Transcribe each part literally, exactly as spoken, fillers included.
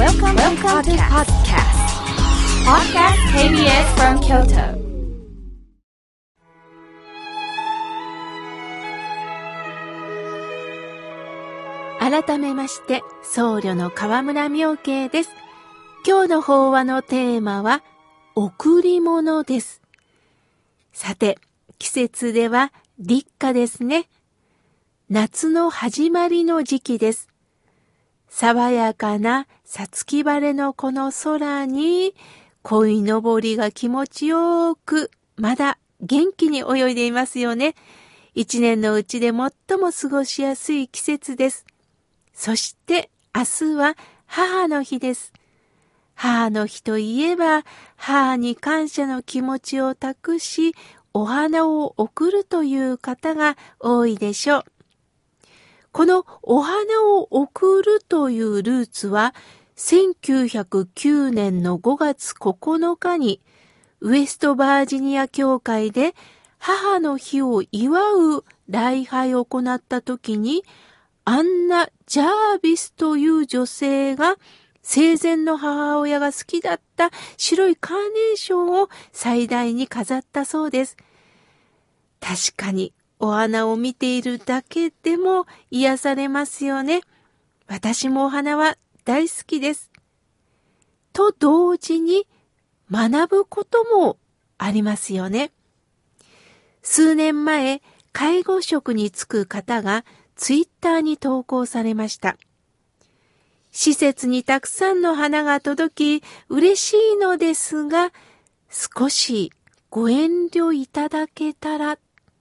Welcome, Welcome to podcast. Podcast ケービーエス from Kyoto. 改めまして、僧侶の河村妙慶です。今日の法話のテーマは、贈り物です。さて、季節では立夏ですね。夏の始まりの時期です。爽やかな五月晴れのこの空に、鯉のぼりが気持ちよく、まだ元気に泳いでいますよね。一年のうちで最も過ごしやすい季節です。そして明日は母の日です。母の日といえば、母に感謝の気持ちを託し、お花を贈るという方が多いでしょう。このお花を贈るというルーツは、せんきゅうひゃくきゅうねんのごがつここのかに、ウェストバージニア教会で母の日を祝う礼拝を行ったときに、アンナ・ジャービスという女性が生前の母親が好きだった白いカーネーションを祭台に飾ったそうです。確かにお花を見ているだけでも癒されますよね。私もお花は大好きです。と同時に学ぶこともありますよね。数年前、介護職に就く方がツイッターに投稿されました。施設にたくさんの花が届き嬉しいのですが、少しご遠慮いただけたら。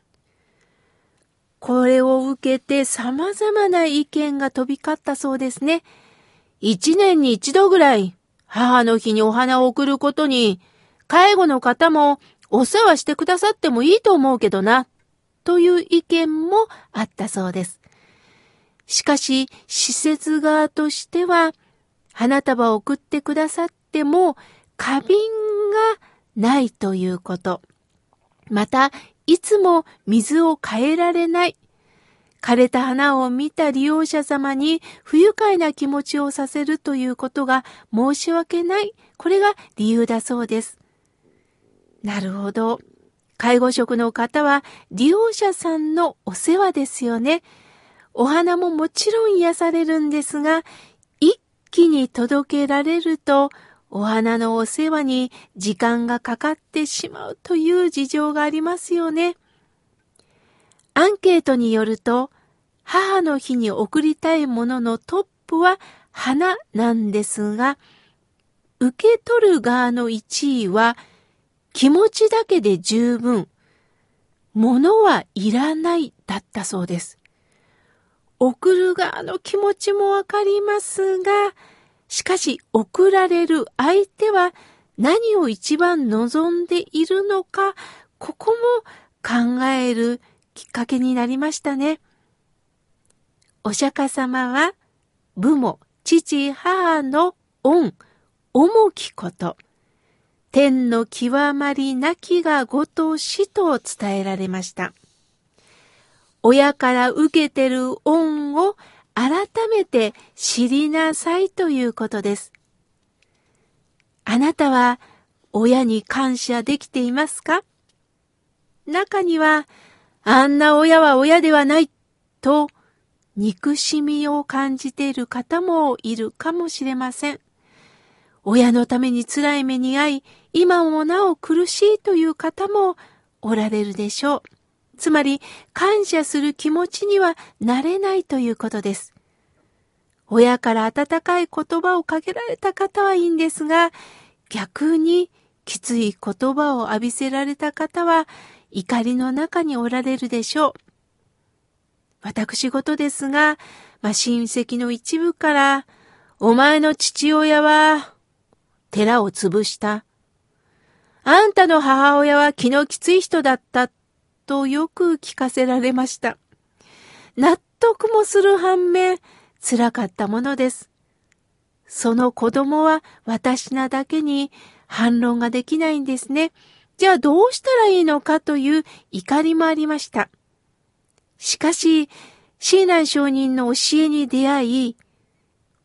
これを受けて様々な意見が飛び交ったそうですね。一年に一度ぐらい母の日にお花を贈ることに、介護の方もお世話してくださってもいいと思うけどな、という意見もあったそうです。しかし、施設側としては、花束を贈ってくださっても、花瓶がないということ。また、いつも水を変えられない。枯れた花を見た利用者様に不愉快な気持ちをさせるということが申し訳ない。これが理由だそうです。なるほど。介護職の方は利用者さんのお世話ですよね。お花ももちろん癒されるんですが、一気に届けられると、お花のお世話に時間がかかってしまうという事情がありますよね。アンケートによると、母の日に贈りたいもののトップは花なんですが、受け取る側のいちいは、気持ちだけで十分、物はいらないだったそうです。贈る側の気持ちもわかりますが、しかし贈られる相手は何を一番望んでいるのか、ここも考えるきっかけになりましたね。お釈迦様は、父母、父、母の恩、重きこと、天の極まりなきがごとしと伝えられました。親から受けてる恩を改めて知りなさいということです。あなたは親に感謝できていますか？中には、あんな親は親ではないと憎しみを感じている方もいるかもしれません。親のために辛い目に遭い、今もなお苦しいという方もおられるでしょう。つまり、感謝する気持ちにはなれないということです。親から温かい言葉をかけられた方はいいんですが、逆にきつい言葉を浴びせられた方は怒りの中におられるでしょう。私事ですが、まあ、親戚の一部から、お前の父親は寺を潰した。あんたの母親は気のきつい人だった。とよく聞かせられました。納得もする反面、辛かったものです。その子供は私なだけに反論ができないんですね。じゃあどうしたらいいのかという怒りもありました。しかし、親鸞上人の教えに出会い、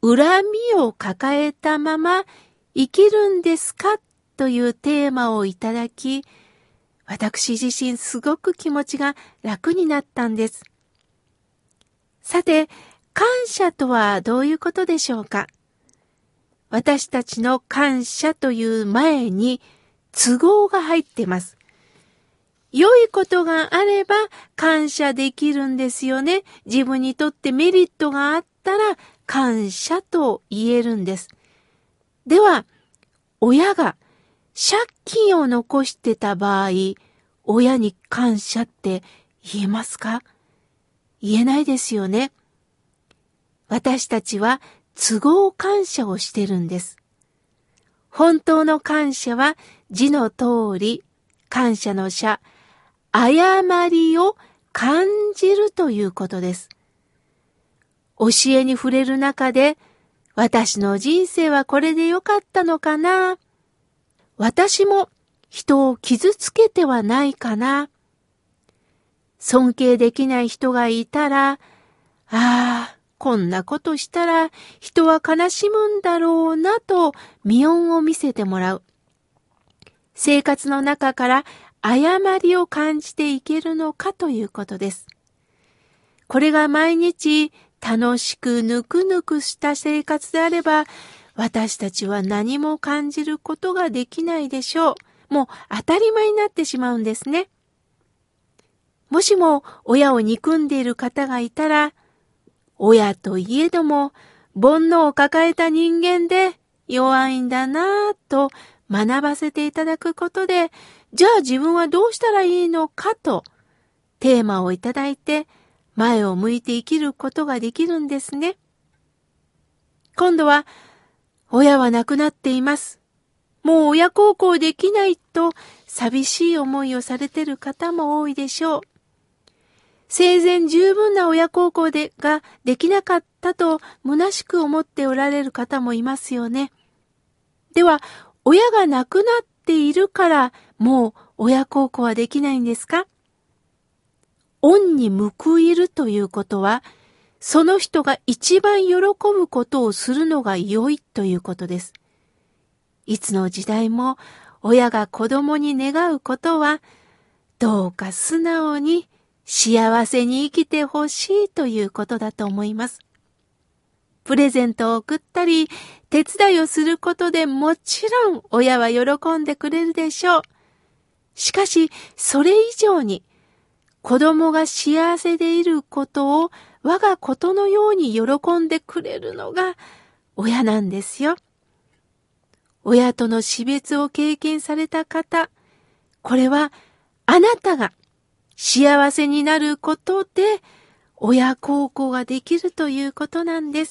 恨みを抱えたまま生きるんですかというテーマをいただき、私自身すごく気持ちが楽になったんです。さて、感謝とはどういうことでしょうか。私たちの感謝という前に都合が入っています。良いことがあれば感謝できるんですよね。自分にとってメリットがあったら感謝と言えるんです。では、親が借金を残してた場合、親に感謝って言えますか？言えないですよね。私たちは都合感謝をしてるんです。本当の感謝は字の通り、感謝の謝、誤りを感じるということです。教えに触れる中で、私の人生はこれでよかったのかな？私も人を傷つけてはないかな？尊敬できない人がいたら、ああ、こんなことしたら人は悲しむんだろうなと身恩を見せてもらう。生活の中から誤りを感じていけるのかということです。これが毎日楽しくぬくぬくした生活であれば、私たちは何も感じることができないでしょう。もう当たり前になってしまうんですね。もしも親を憎んでいる方がいたら、親といえども煩悩を抱えた人間で弱いんだなぁと学ばせていただくことで、じゃあ自分はどうしたらいいのかとテーマをいただいて前を向いて生きることができるんですね。今度は親は亡くなっています。もう親孝行できないと寂しい思いをされている方も多いでしょう。生前十分な親孝行でができなかったと虚しく思っておられる方もいますよね。では、親が亡くなっているからもう親孝行はできないんですか？恩に報いるということは、その人が一番喜ぶことをするのが良いということです。いつの時代も親が子供に願うことは、どうか素直に幸せに生きてほしいということだと思います。プレゼントを送ったり、手伝いをすることでもちろん親は喜んでくれるでしょう。しかし、それ以上に、子供が幸せでいることを我がことのように喜んでくれるのが親なんですよ。親との死別を経験された方、これはあなたが幸せになることで親孝行ができるということなんです。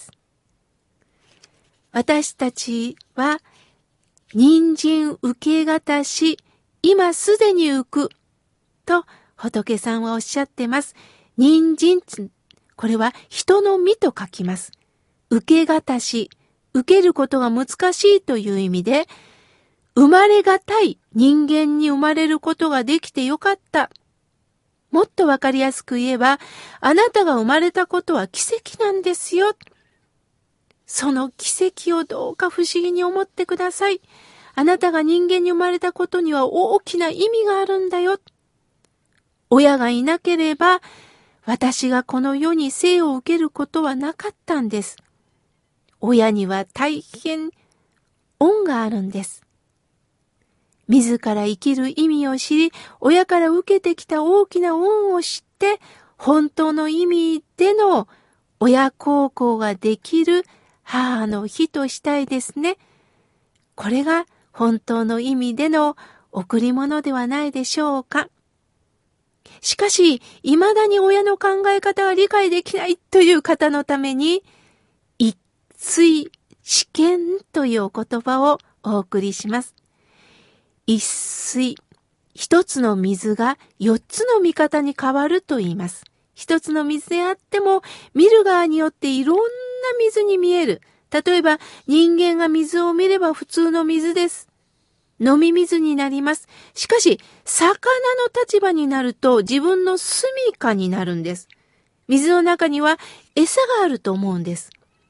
私たちは人参受けがたし、今すでに浮くと仏さんはおっしゃってます。人参、これは人の実と書きます。受けがたし、受けることが難しいという意味で、生まれがたい人間に生まれることができてよかった。もっとわかりやすく言えば、あなたが生まれたことは奇跡なんですよ。その奇跡をどうか不思議に思ってください。あなたが人間に生まれたことには大きな意味があるんだよ。親がいなければ、私がこの世に生を受けることはなかったんです。親には大変恩があるんです。自ら生きる意味を知り、親から受けてきた大きな恩を知って、本当の意味での親孝行ができる母の日としたいですね。これが本当の意味での贈り物ではないでしょうか。しかし、未だに親の考え方が理解できないという方のために、一対試験というお言葉をお送りします。一水、一つの水が四つの見方に変わると言います。一つの水であっても、見る側によっていろんな水に見える。例えば、人間が水を見れば普通の水です。飲み水になります。しかし、魚の立場になると自分の住みかになるんです。水の中には餌があると思うんです。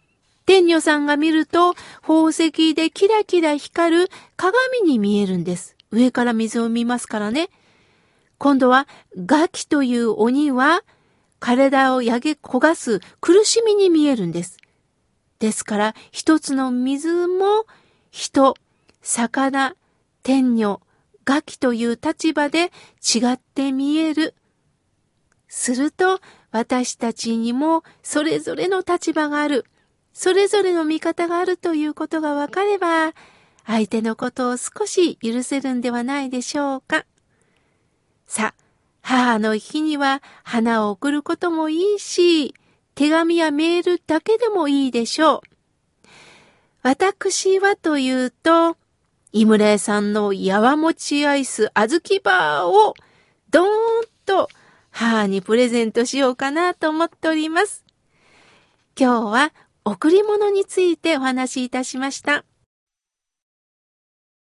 天女さんが見ると宝石でキラキラ光る鏡に見えるんです。上から水を見ますからね。今度は餓鬼という鬼は体を焼け焦がす苦しみに見えるんです。ですから一つの水も人、魚、天女、餓鬼という立場で違って見える。すると私たちにもそれぞれの立場がある。それぞれの見方があるということが分かれば、相手のことを少し許せるんではないでしょうか。さあ、母の日には花を贈ることもいいし、手紙やメールだけでもいいでしょう。私はというと、井村屋さんのやわもちアイスあずきバーをどーんと母にプレゼントしようかなと思っております。今日は贈り物についてお話しいたしました。